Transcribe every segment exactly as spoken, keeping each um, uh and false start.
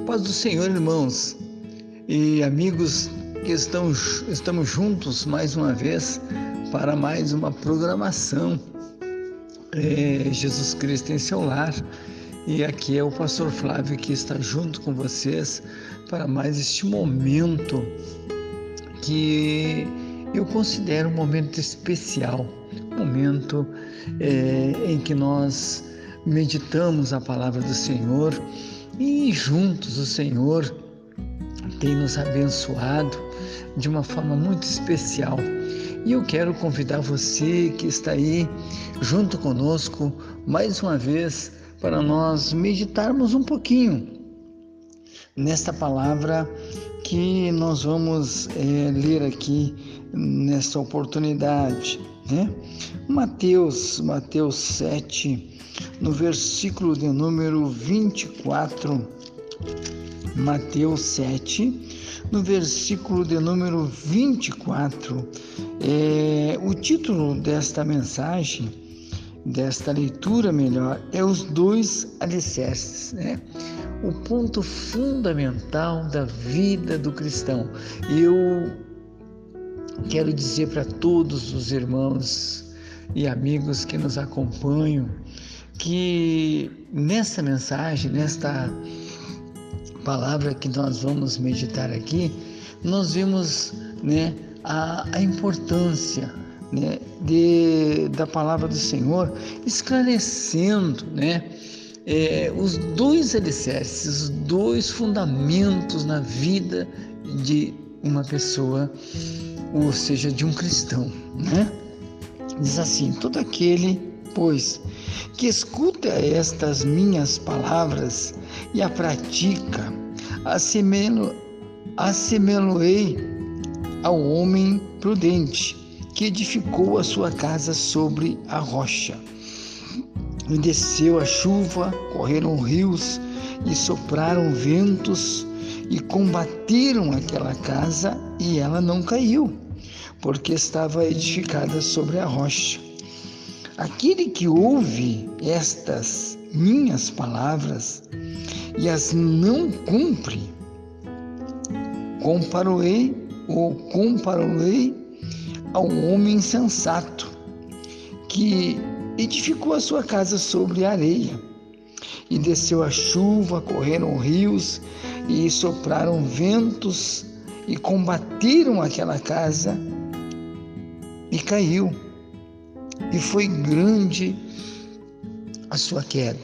paz do Senhor, irmãos e amigos que estão, estamos juntos mais uma vez para mais uma programação é, Jesus Cristo em seu lar. E aqui é o pastor Flávio que está junto com vocês para mais este momento que eu considero um momento especial, um momento é, em que nós meditamos a palavra do Senhor e juntos o Senhor tem nos abençoado de uma forma muito especial. E eu quero convidar você que está aí junto conosco mais uma vez para nós meditarmos um pouquinho nesta palavra que nós vamos é, ler aqui nesta oportunidade, né? Mateus, Mateus sete, no versículo de número vinte e quatro, Mateus sete, no versículo de número vinte e quatro, é, o título desta mensagem, desta leitura melhor, é os dois alicerces, né? O ponto fundamental da vida do cristão. Eu quero dizer para todos os irmãos e amigos que nos acompanham que nessa mensagem, nesta palavra que nós vamos meditar aqui, nós vemos, né, a, a importância, né, de, da palavra do Senhor, esclarecendo, né, é, os dois alicerces, os dois fundamentos na vida de uma pessoa, ou seja, de um cristão, né? Diz assim: todo aquele, pois, que escuta estas minhas palavras e a pratica, assemelho, assemelhoei ao homem prudente que edificou a sua casa sobre a rocha. E desceu a chuva, correram rios e sopraram ventos e combateram aquela casa, e ela não caiu, porque estava edificada sobre a rocha. Aquele que ouve estas minhas palavras e as não cumpre, comparei ou comparei ao homem insensato que edificou a sua casa sobre a areia, e desceu a chuva, correram rios e sopraram ventos e combateram aquela casa, e caiu, e foi grande a sua queda.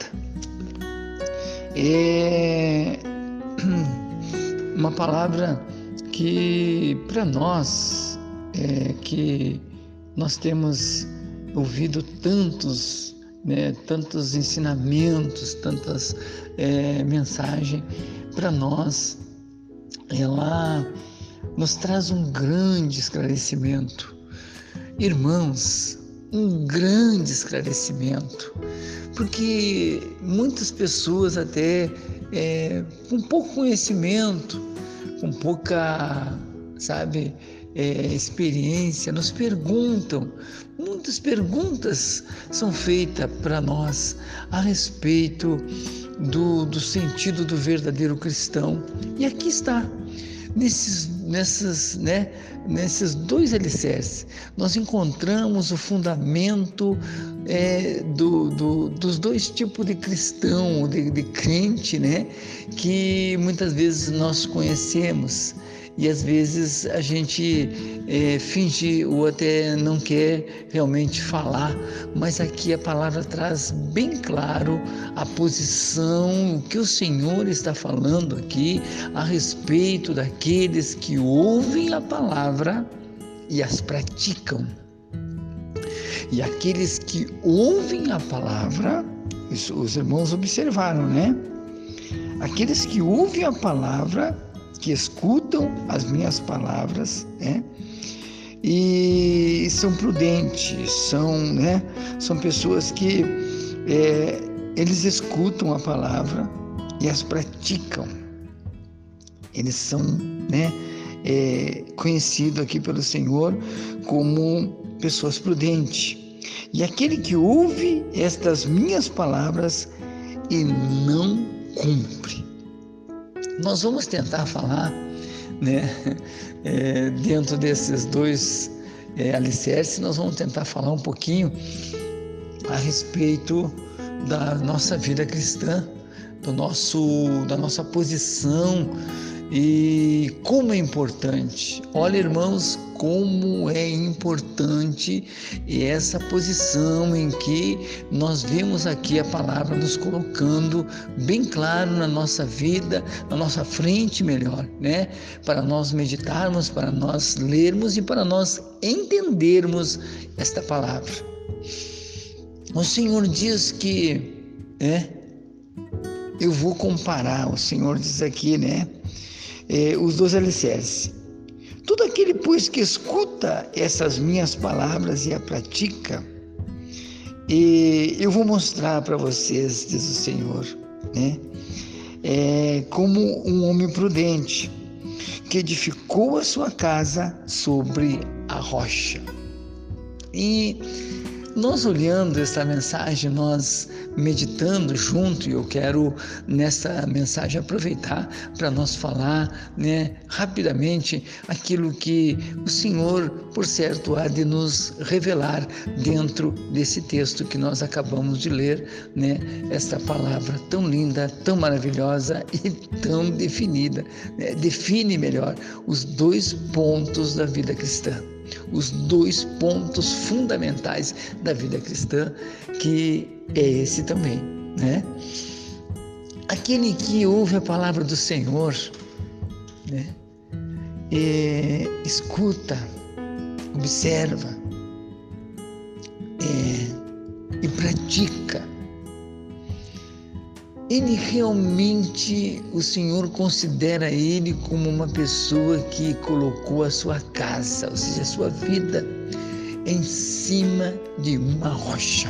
É uma palavra que para nós, é, que nós temos ouvido tantos, né, tantos ensinamentos, tantas é, mensagens, para nós ela nos traz um grande esclarecimento. Irmãos, um grande esclarecimento, porque muitas pessoas até é, com pouco conhecimento, com pouca, sabe, é, experiência, nos perguntam, muitas perguntas são feitas para nós a respeito do, do sentido do verdadeiro cristão. E aqui está, nesses, nessas, né, nesses dois alicerces, nós encontramos o fundamento é, do, do, dos dois tipos de cristão, de, de crente, né, que muitas vezes nós conhecemos. E às vezes a gente é, finge ou até não quer realmente falar, mas aqui a palavra traz bem claro a posição, o que o Senhor está falando aqui a respeito daqueles que ouvem a palavra e as praticam. E aqueles que ouvem a palavra, isso os irmãos observaram, né? Aqueles que ouvem a palavra, que escutam as minhas palavras, né? E são prudentes, são, né? São pessoas que é, eles escutam a palavra e as praticam. Eles são, né, é, conhecidos aqui pelo Senhor como pessoas prudentes. E aquele que ouve estas minhas palavras e não cumpre. Nós vamos tentar falar, né, é, dentro desses dois é, alicerces, nós vamos tentar falar um pouquinho a respeito da nossa vida cristã, do nosso, da nossa posição e como é importante. Olha, irmãos, como é importante essa posição em que nós vemos aqui a palavra nos colocando bem claro na nossa vida, na nossa frente melhor, né? Para nós meditarmos, para nós lermos e para nós entendermos esta palavra. O Senhor diz que, né? Eu vou comparar, o Senhor diz aqui, né? É, os dois alicerces. Todo aquele, pois, que escuta essas minhas palavras e a pratica, e eu vou mostrar para vocês, diz o Senhor, né? É, como um homem prudente que edificou a sua casa sobre a rocha. E nós olhando essa mensagem, nós meditando junto, e eu quero nessa mensagem aproveitar para nós falar, né, rapidamente aquilo que o Senhor, por certo, há de nos revelar dentro desse texto que nós acabamos de ler, né, esta palavra tão linda, tão maravilhosa e tão definida, né, define melhor os dois pontos da vida cristã. Os dois pontos fundamentais da vida cristã, que é esse também, né? Aquele que ouve a palavra do Senhor, né? E escuta, observa é, e pratica. Ele realmente, o Senhor considera ele como uma pessoa que colocou a sua casa, ou seja, a sua vida, em cima de uma rocha.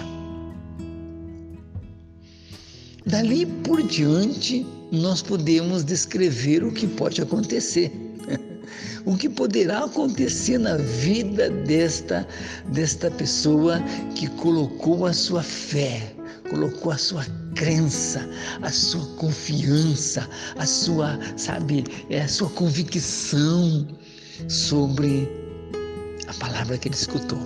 Dali por diante, nós podemos descrever o que pode acontecer. O que poderá acontecer na vida desta, desta pessoa que colocou a sua fé, colocou a sua crença, a sua confiança, a sua, sabe, é a sua convicção sobre a palavra que ele escutou.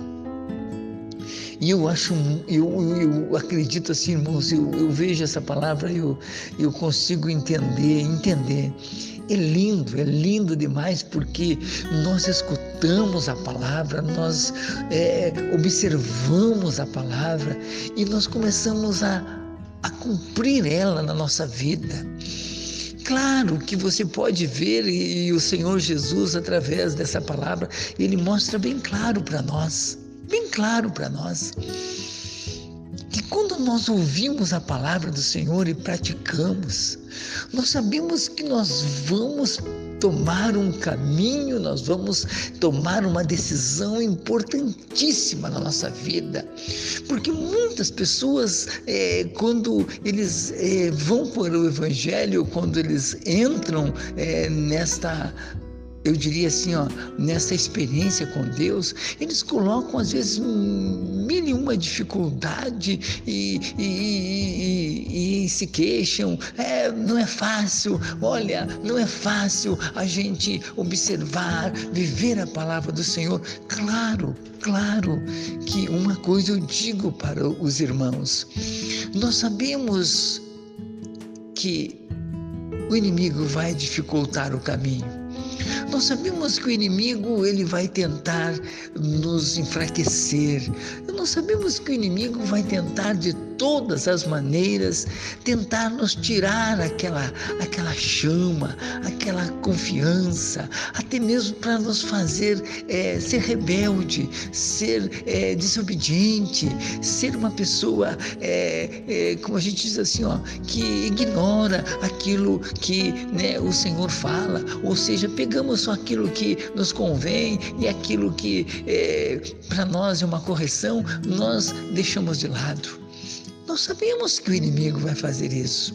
E eu acho, eu, eu acredito assim, irmãos, eu, eu vejo essa palavra, eu, eu consigo entender, entender. É lindo, é lindo demais, porque nós escutamos a palavra, nós é, observamos a palavra e nós começamos a, a cumprir ela na nossa vida. Claro que você pode ver, e, e o Senhor Jesus, através dessa palavra, ele mostra bem claro para nós, bem claro para nós, que quando nós ouvimos a palavra do Senhor e praticamos, nós sabemos que nós vamos tomar um caminho, nós vamos tomar uma decisão importantíssima na nossa vida, porque muitas pessoas, é, quando eles é, vão para o Evangelho, quando eles entram é, nesta, eu diria assim, ó, nessa experiência com Deus, eles colocam às vezes mil e uma dificuldade e, e, e, e, e se queixam, é, não é fácil, olha, não é fácil a gente observar, viver a palavra do Senhor. Claro, claro que uma coisa eu digo para os irmãos, nós sabemos que o inimigo vai dificultar o caminho. Nós sabemos que o inimigo ele vai tentar nos enfraquecer. Nós sabemos que o inimigo vai tentar de todas as maneiras tentar nos tirar aquela, aquela chama, aquela confiança, até mesmo para nos fazer é, ser rebelde, ser é, desobediente, ser uma pessoa, é, é, como a gente diz assim, ó, que ignora aquilo que, né, o Senhor fala, ou seja, pegamos só aquilo que nos convém e aquilo que é, para nós é uma correção, nós deixamos de lado. Nós sabemos que o inimigo vai fazer isso.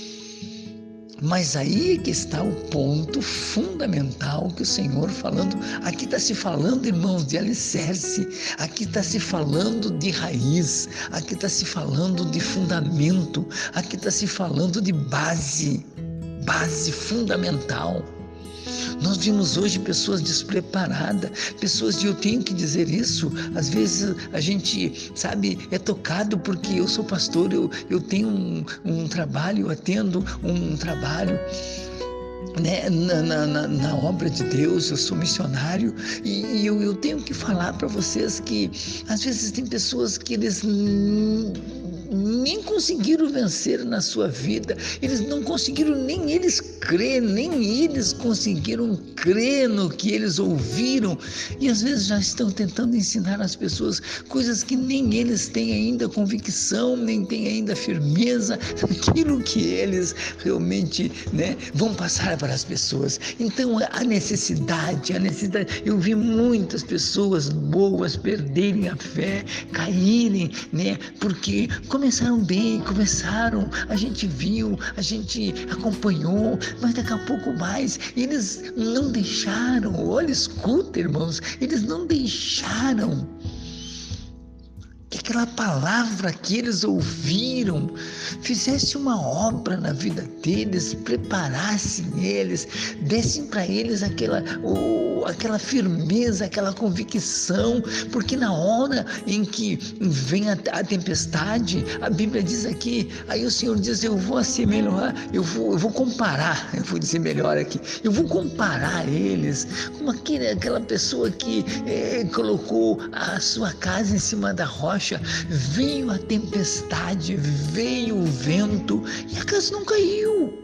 Mas aí que está o ponto fundamental que o Senhor falando, aqui está se falando, irmãos, de alicerce, aqui está se falando de raiz, aqui está se falando de fundamento, aqui está se falando de base, base fundamental. Nós vimos hoje pessoas despreparadas, pessoas de eu tenho que dizer isso. Às vezes a gente, sabe, é tocado porque eu sou pastor, eu, eu tenho um, um trabalho, eu atendo um trabalho, né, na, na, na, na obra de Deus, eu sou missionário e, e eu, eu tenho que falar para vocês que às vezes tem pessoas que eles nem conseguiram vencer na sua vida, eles não conseguiram nem eles crer, nem eles conseguiram crer no que eles ouviram e às vezes já estão tentando ensinar às pessoas coisas que nem eles têm ainda convicção, nem têm ainda firmeza naquilo que eles realmente, né, vão passar para as pessoas. Então a necessidade, a necessidade, eu vi muitas pessoas boas perderem a fé, caírem, né, porque começaram bem, começaram, a gente viu, a gente acompanhou, mas daqui a pouco mais, eles não deixaram, olha, escuta, irmãos, eles não deixaram que aquela palavra que eles ouviram fizesse uma obra na vida deles, preparasse eles, dessem para eles aquela, oh, aquela firmeza, aquela convicção, porque na hora em que vem a, a tempestade, a Bíblia diz aqui, aí o Senhor diz, eu vou assemelhar, eu vou, eu vou comparar, eu vou dizer melhor aqui, eu vou comparar eles com aquele, aquela pessoa que é, colocou a sua casa em cima da rocha. Veio a tempestade, veio o vento e a casa não caiu.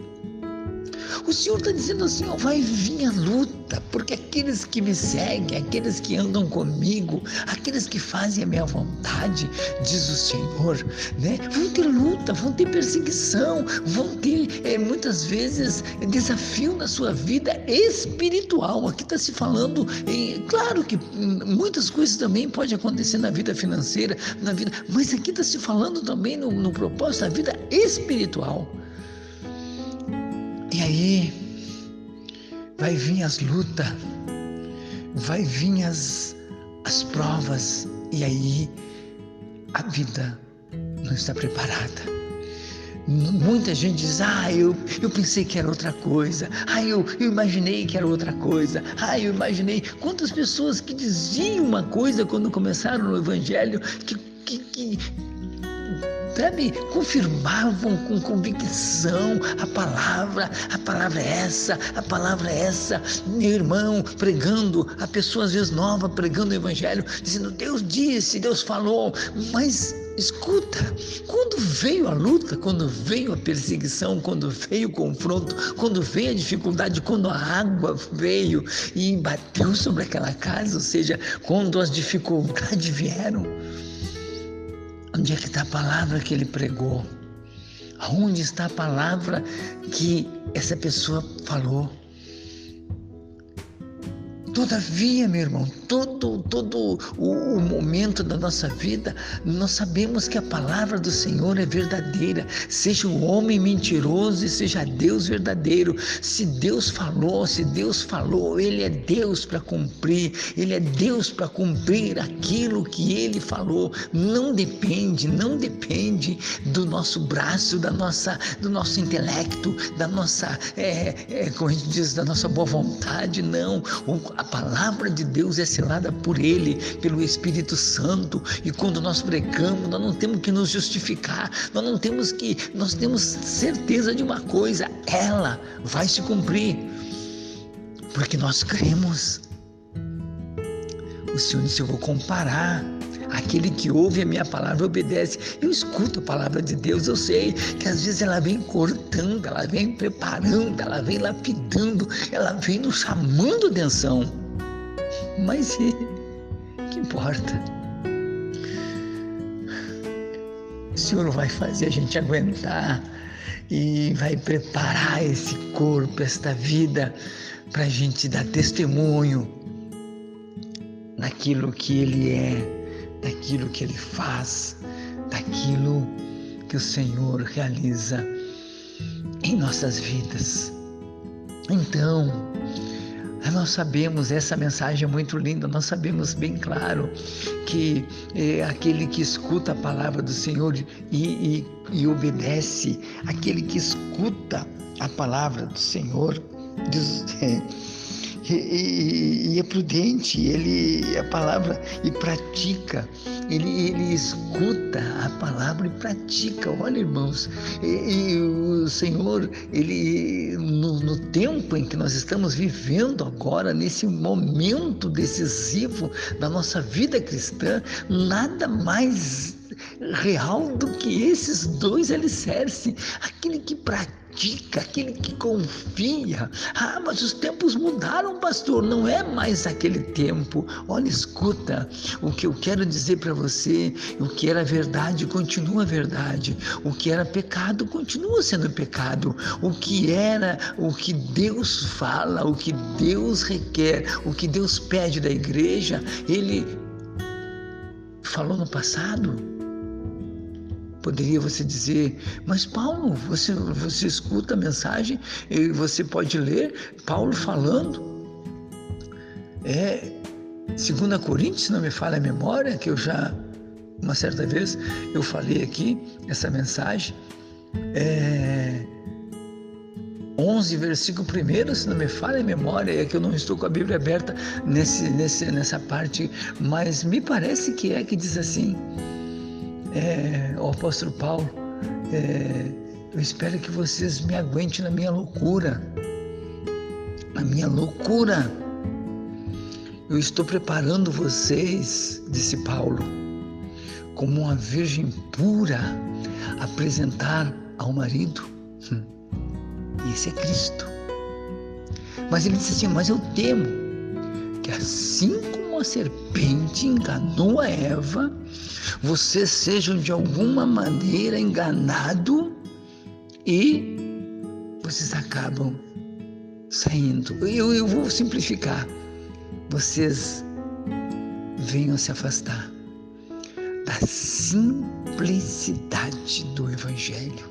O Senhor está dizendo assim, ó, vai vir a luta, porque aqueles que me seguem, aqueles que andam comigo, aqueles que fazem a minha vontade, diz o Senhor, né, vão ter luta, vão ter perseguição, vão ter é, muitas vezes desafio na sua vida espiritual. Aqui está se falando, em, claro que muitas coisas também podem acontecer na vida financeira, na vida, mas aqui está se falando também no, no propósito da vida espiritual. E aí vai vir as lutas, vai vir as, as provas, e aí a vida não está preparada. Muita gente diz, ah, eu, eu pensei que era outra coisa, ah, eu, eu imaginei que era outra coisa, ah, eu imaginei. Quantas pessoas que diziam uma coisa quando começaram no Evangelho, que, que, que sabe, confirmavam com convicção a palavra, a palavra é essa, a palavra é essa, meu irmão, pregando, a pessoa às vezes nova, pregando o Evangelho, dizendo, Deus disse, Deus falou, mas escuta, quando veio a luta, quando veio a perseguição, quando veio o confronto, quando veio a dificuldade, quando a água veio e bateu sobre aquela casa, ou seja, quando as dificuldades vieram, onde é que está a palavra que ele pregou? Aonde está a palavra que essa pessoa falou? Todavia, meu irmão, todo, todo o, o momento da nossa vida, nós sabemos que a palavra do Senhor é verdadeira, seja o homem mentiroso e seja Deus verdadeiro. Se Deus falou, se Deus falou, Ele é Deus para cumprir, Ele é Deus para cumprir aquilo que Ele falou. Não depende, não depende do nosso braço, da nossa, do nosso intelecto, da nossa, é, é, como a gente diz, da nossa boa vontade, não. O, A palavra de Deus é selada por Ele, pelo Espírito Santo, e quando nós pregamos, nós não temos que nos justificar, nós não temos que, nós temos certeza de uma coisa, ela vai se cumprir, porque nós cremos. O Senhor disse, eu vou comparar. Aquele que ouve a minha palavra obedece. Eu escuto a palavra de Deus, eu sei que às vezes ela vem cortando, ela vem preparando, ela vem lapidando, ela vem nos chamando atenção. Mas e, que importa? O Senhor vai fazer a gente aguentar e vai preparar esse corpo, esta vida, para a gente dar testemunho daquilo que Ele é, daquilo que Ele faz, daquilo que o Senhor realiza em nossas vidas. Então, Nós sabemos, essa mensagem é muito linda, nós sabemos bem claro que é, aquele que escuta a palavra do Senhor e, e, e obedece, aquele que escuta a palavra do Senhor, diz, é, e, e, e é prudente, ele a palavra e pratica, ele, ele escuta a palavra e pratica. Olha, irmãos, e, e o Senhor, ele no, no tempo em que nós estamos vivendo agora, nesse momento decisivo da nossa vida cristã, nada mais real do que esses dois alicerces, aquele que pratica, aquele que confia. Ah, mas os tempos mudaram, pastor, não é mais aquele tempo. Olha, escuta, o que eu quero dizer para você, o que era verdade continua verdade, o que era pecado continua sendo pecado, o que era, o que Deus fala, o que Deus requer, o que Deus pede da igreja, Ele falou no passado. Poderia você dizer, mas Paulo, você, você escuta a mensagem e você pode ler Paulo falando. É, segunda Coríntios, se não me falha a memória, que eu já, uma certa vez, eu falei aqui essa mensagem, é, onze, versículo primeiro, se não me falha a memória, é que eu não estou com a Bíblia aberta nesse, nesse, nessa parte, mas me parece que é que diz assim, É, o apóstolo Paulo, é, eu espero que vocês me aguentem na minha loucura, na minha loucura. Eu estou preparando vocês, disse Paulo, como uma virgem pura, apresentar ao marido. Hum, esse é Cristo. Mas ele disse assim, mas eu temo que assim como a serpente enganou a Eva, vocês sejam de alguma maneira enganados e vocês acabam saindo. Eu, eu vou simplificar. Vocês venham se afastar da simplicidade do Evangelho.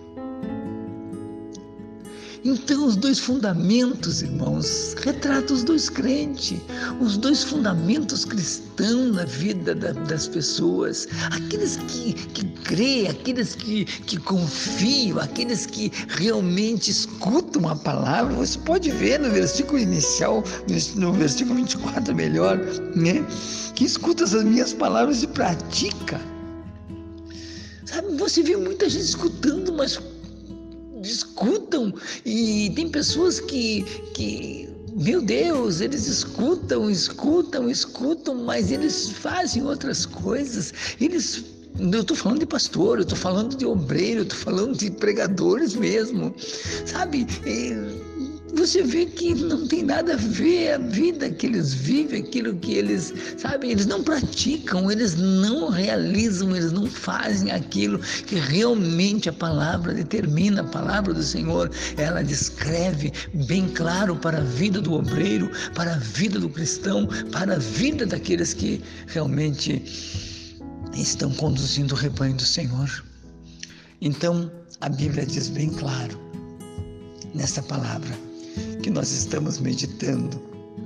Então, os dois fundamentos, irmãos, retratam os dois crentes, os dois fundamentos cristãos na vida da, das pessoas, aqueles que, que creem, aqueles que, que confiam, aqueles que realmente escutam a palavra. Você pode ver no versículo inicial, no versículo vinte e quatro, melhor, né? Que escuta as minhas palavras e pratica. Sabe, você vê muita gente escutando, mas escutam, e tem pessoas que, que, meu Deus, eles escutam, escutam, escutam, mas eles fazem outras coisas. Eles, eu estou falando de pastor, eu estou falando de obreiro, eu estou falando de pregadores mesmo, sabe? E você vê que não tem nada a ver a vida que eles vivem, aquilo que eles, sabe, eles não praticam, eles não realizam, eles não fazem aquilo que realmente a palavra determina. A palavra do Senhor, ela descreve bem claro para a vida do obreiro, para a vida do cristão, para a vida daqueles que realmente estão conduzindo o rebanho do Senhor. Então, a Bíblia diz bem claro, nessa palavra, que nós estamos meditando,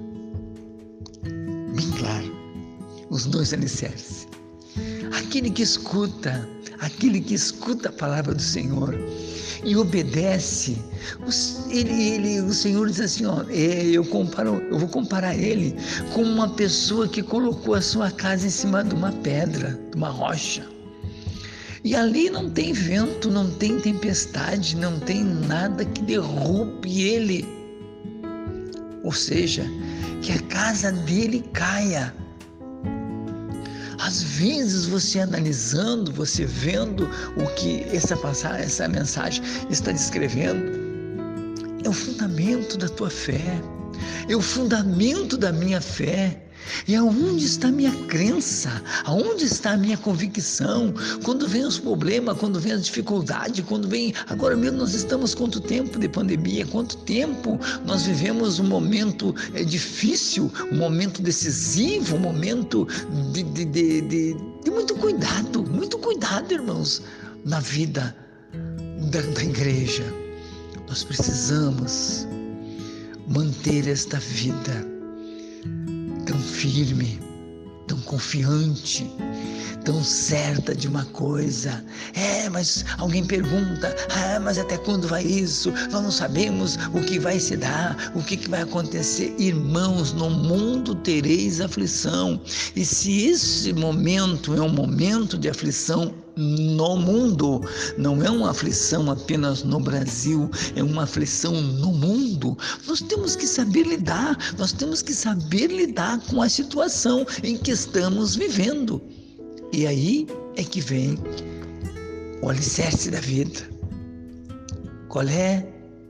bem claro, os dois alicerces. Aquele que escuta, aquele que escuta a palavra do Senhor e obedece, ele, ele, o Senhor diz assim, ó, eu, comparo, eu vou comparar ele com uma pessoa que colocou a sua casa em cima de uma pedra, de uma rocha. E ali não tem vento, não tem tempestade, não tem nada que derrube ele. Ou seja, que a casa dele caia. Às vezes você analisando, você vendo o que essa passagem, essa mensagem está descrevendo, é o fundamento da tua fé, é o fundamento da minha fé. E aonde está a minha crença? Aonde está a minha convicção? Quando vem os problemas, quando vem as dificuldades, quando vem... Agora mesmo nós estamos quanto tempo de pandemia? Quanto tempo nós vivemos um momento é, difícil, um momento decisivo, um momento de, de, de, de, de muito cuidado, muito cuidado, irmãos, na vida da, da igreja. Nós precisamos manter esta vida tão firme, tão confiante, tão certa de uma coisa. É, mas alguém pergunta, ah, mas até quando vai isso? Nós não sabemos o que vai se dar, o que, que vai acontecer. Irmãos, no mundo tereis aflição. E se esse momento é um momento de aflição no mundo, não é uma aflição apenas no Brasil, é uma aflição no mundo, nós temos que saber lidar, nós temos que saber lidar com a situação em que estamos vivendo. E aí é que vem o alicerce da vida. Qual é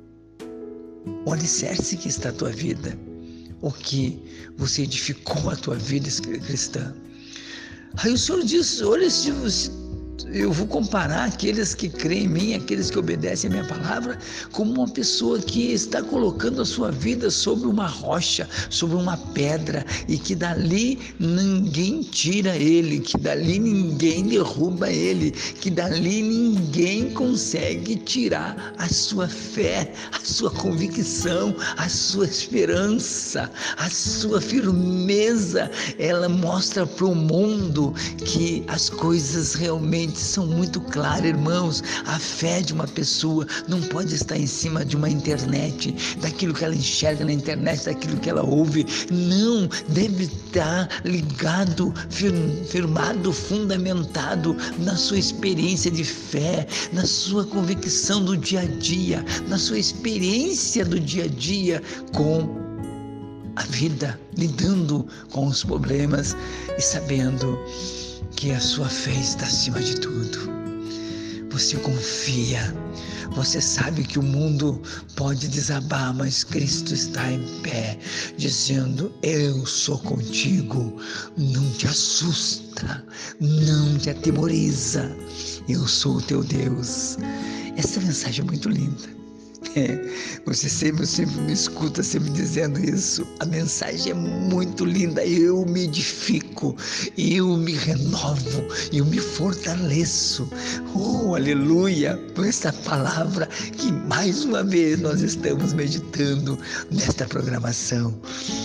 o alicerce que está a tua vida? O que você edificou a tua vida cristã? Aí o Senhor diz, olha, se você... eu vou comparar aqueles que creem em mim, aqueles que obedecem a minha palavra, como uma pessoa que está colocando a sua vida sobre uma rocha, sobre uma pedra, e que dali ninguém tira ele, que dali ninguém derruba ele, que dali ninguém consegue tirar a sua fé, a sua convicção, a sua esperança, a sua firmeza. Ela mostra para o mundo que as coisas realmente são muito claras, irmãos. A fé de uma pessoa não pode estar em cima de uma internet, daquilo que ela enxerga na internet, daquilo que ela ouve. Não, deve estar ligado, firmado, fundamentado na sua experiência de fé, na sua convicção do dia a dia, na sua experiência do dia a dia com a vida, lidando com os problemas e sabendo que a sua fé está acima de tudo. Você confia, você sabe que o mundo pode desabar, mas Cristo está em pé, dizendo, eu sou contigo, não te assusta, não te atemoriza, eu sou o teu Deus. Essa mensagem é muito linda. É, você sempre, sempre me escuta sempre dizendo isso. A mensagem é muito linda. Eu me edifico, eu me renovo, eu me fortaleço. Oh, aleluia! Com esta palavra que mais uma vez nós estamos meditando nesta programação.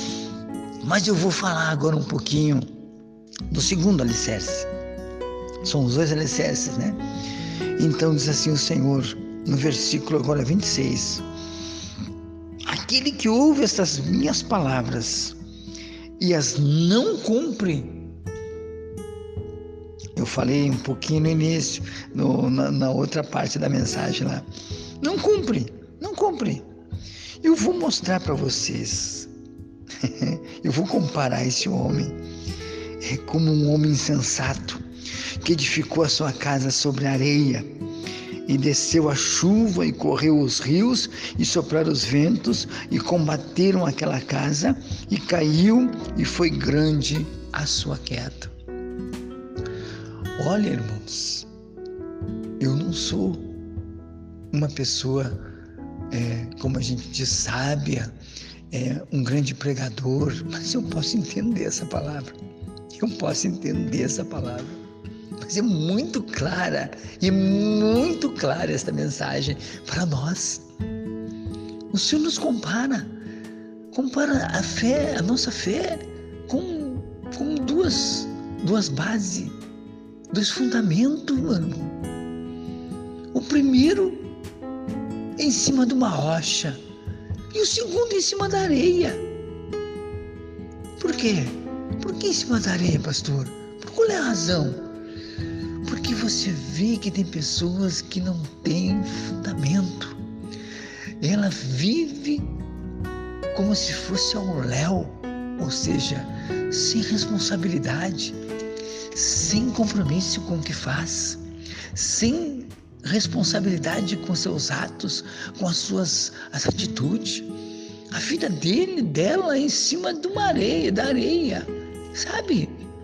Mas eu vou falar agora um pouquinho do segundo alicerce. São os dois alicerces, né? Então diz assim o Senhor, no versículo agora vinte e seis, aquele que ouve estas minhas palavras e as não cumpre. Eu falei um pouquinho no início, no, na, na outra parte da mensagem lá. Não cumpre, não cumpre. Eu vou mostrar para vocês, eu vou comparar esse homem é, como um homem insensato que edificou a sua casa sobre areia. E desceu a chuva, e correu os rios, e sopraram os ventos, e combateram aquela casa, e caiu, e foi grande a sua queda. Olha, irmãos, eu não sou uma pessoa, é, como a gente diz, sábia, é, um grande pregador, mas eu posso entender essa palavra. Eu posso entender essa palavra. Mas é muito clara, e muito clara esta mensagem para nós. O Senhor nos compara, compara a fé, a nossa fé, com, com duas, duas bases, dois fundamentos, mano. O primeiro em cima de uma rocha, e o segundo em cima da areia. Por quê? Por que em cima da areia, pastor? Por qual é a razão? Porque você vê que tem pessoas que não têm fundamento. Ela vive como se fosse ao léu, ou seja, sem responsabilidade, sem compromisso com o que faz, sem responsabilidade com seus atos, com as suas as atitudes. A vida dele, dela, é em cima de uma areia, da areia, sabe?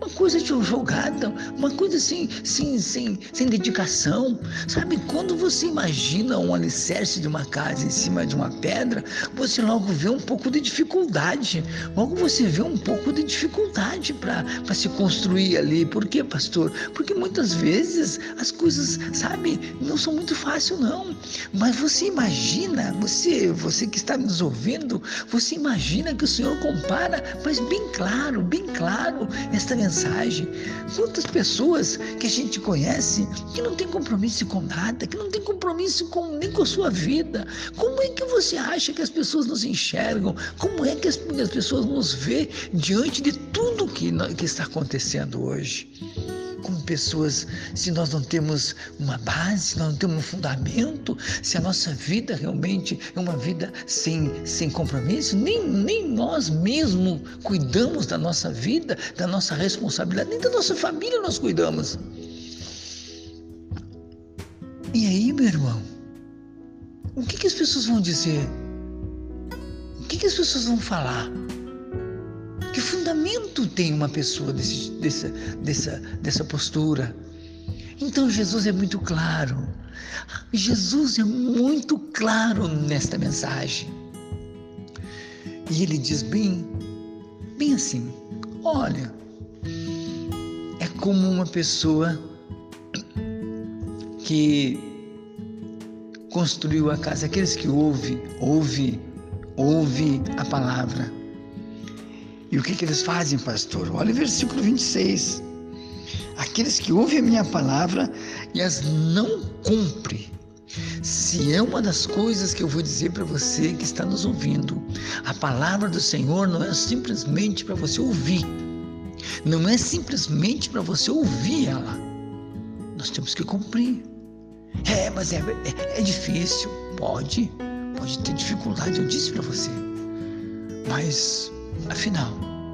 uma coisa jogada, uma coisa assim, sem, sem, sem dedicação. Sabe, quando você imagina um alicerce de uma casa em cima de uma pedra, você logo vê um pouco de dificuldade, logo você vê um pouco de dificuldade para se construir ali. Por quê, pastor? Porque muitas vezes as coisas, sabe, não são muito fáceis não, mas você imagina, você, você que está nos ouvindo, você imagina que o Senhor compara, mas bem claro, bem claro, esta mensagem. Quantas pessoas que a gente conhece que não tem compromisso com nada, que não tem compromisso com, nem com a sua vida. Como é que você acha que as pessoas nos enxergam? Como é que as, as pessoas nos vê diante de tudo que, que está acontecendo hoje? Como pessoas, se nós não temos uma base, se nós não temos um fundamento, se a nossa vida realmente é uma vida sem, sem compromisso, nem, nem nós mesmos cuidamos da nossa vida, da nossa responsabilidade, nem da nossa família nós cuidamos. E aí, meu irmão, o que, que as pessoas vão dizer? O que, que as pessoas vão falar? Que fundamento tem uma pessoa desse, dessa, dessa, dessa postura? Então Jesus é muito claro. Jesus é muito claro nesta mensagem. E ele diz bem, bem assim, olha, é como uma pessoa que construiu a casa, aqueles que ouvem, ouvem, ouvem a palavra. E o que, que eles fazem, pastor? Olha o versículo vinte e seis. Aqueles que ouvem a minha palavra e as não cumprem. Se é uma das coisas que eu vou dizer para você que está nos ouvindo, a palavra do Senhor não é simplesmente para você ouvir. Não é simplesmente para você ouvir ela. Nós temos que cumprir. É, mas é, é, é difícil. Pode, pode ter dificuldade, eu disse para você. Mas, afinal,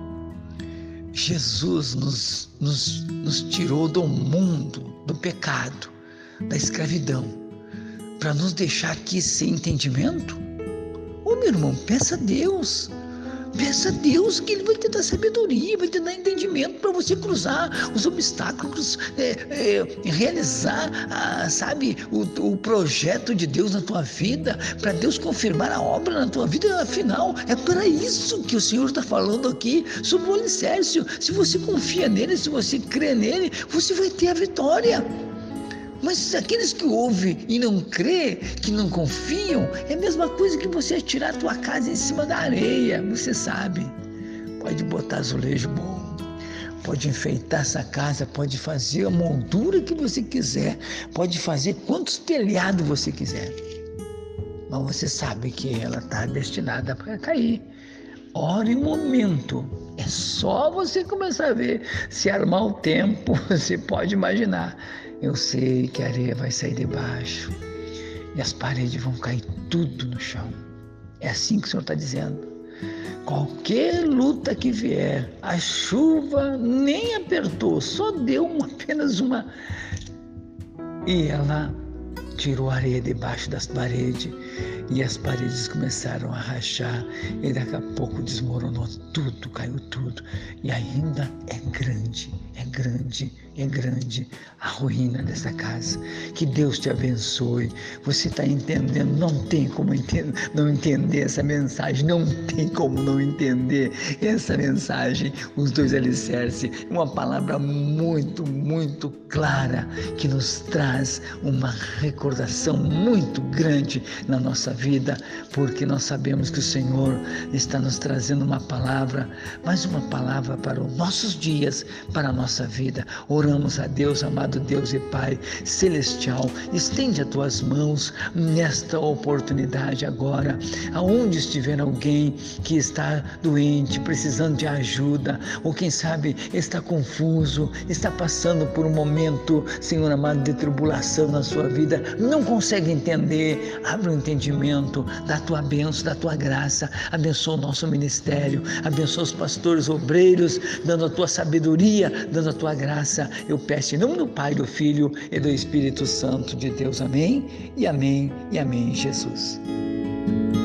Jesus nos, nos, nos tirou do mundo, do pecado, da escravidão, para nos deixar aqui sem entendimento? Ô meu irmão, peça a Deus. Peça a Deus que Ele vai te dar sabedoria, vai te dar entendimento para você cruzar os obstáculos, é, é, realizar, a, sabe, o, o projeto de Deus na tua vida, para Deus confirmar a obra na tua vida. Afinal, é para isso que o Senhor está falando aqui, sobre o alicerce. Se você confia nele, se você crê nele, você vai ter a vitória. Mas aqueles que ouvem e não crê, que não confiam, é a mesma coisa que você tirar a tua casa em cima da areia. Você sabe, pode botar azulejo bom, pode enfeitar essa casa, pode fazer a moldura que você quiser, pode fazer quantos telhados você quiser, mas você sabe que ela está destinada para cair. Hora e momento, é só você começar a ver, se armar o tempo, você pode imaginar. Eu sei que a areia vai sair de baixo e as paredes vão cair tudo no chão. É assim que o Senhor está dizendo. Qualquer luta que vier, a chuva nem apertou, só deu uma, apenas uma... E ela tirou a areia debaixo das paredes e as paredes começaram a rachar e daqui a pouco desmoronou tudo, caiu tudo. E ainda é grande, é grande, é grande a ruína dessa casa. Que Deus te abençoe. Você está entendendo? Não tem como entender, não entender essa mensagem, não tem como não entender essa mensagem. Os dois alicerces, uma palavra muito, muito clara que nos traz uma recordação muito grande na nossa vida, porque nós sabemos que o Senhor está nos trazendo uma palavra, mais uma palavra para os nossos dias, para a nossa vida. Oramos a Deus, amado Deus e Pai celestial, estende as tuas mãos nesta oportunidade agora, aonde estiver alguém que está doente, precisando de ajuda, ou quem sabe está confuso, está passando por um momento, Senhor amado, de tribulação na sua vida, não consegue entender, abre o entendimento da tua bênção, da tua graça, abençoa o nosso ministério, abençoa os pastores, obreiros, dando a tua sabedoria, dando a tua graça. Eu peço em nome do Pai, do Filho e do Espírito Santo de Deus. Amém e amém e amém, Jesus.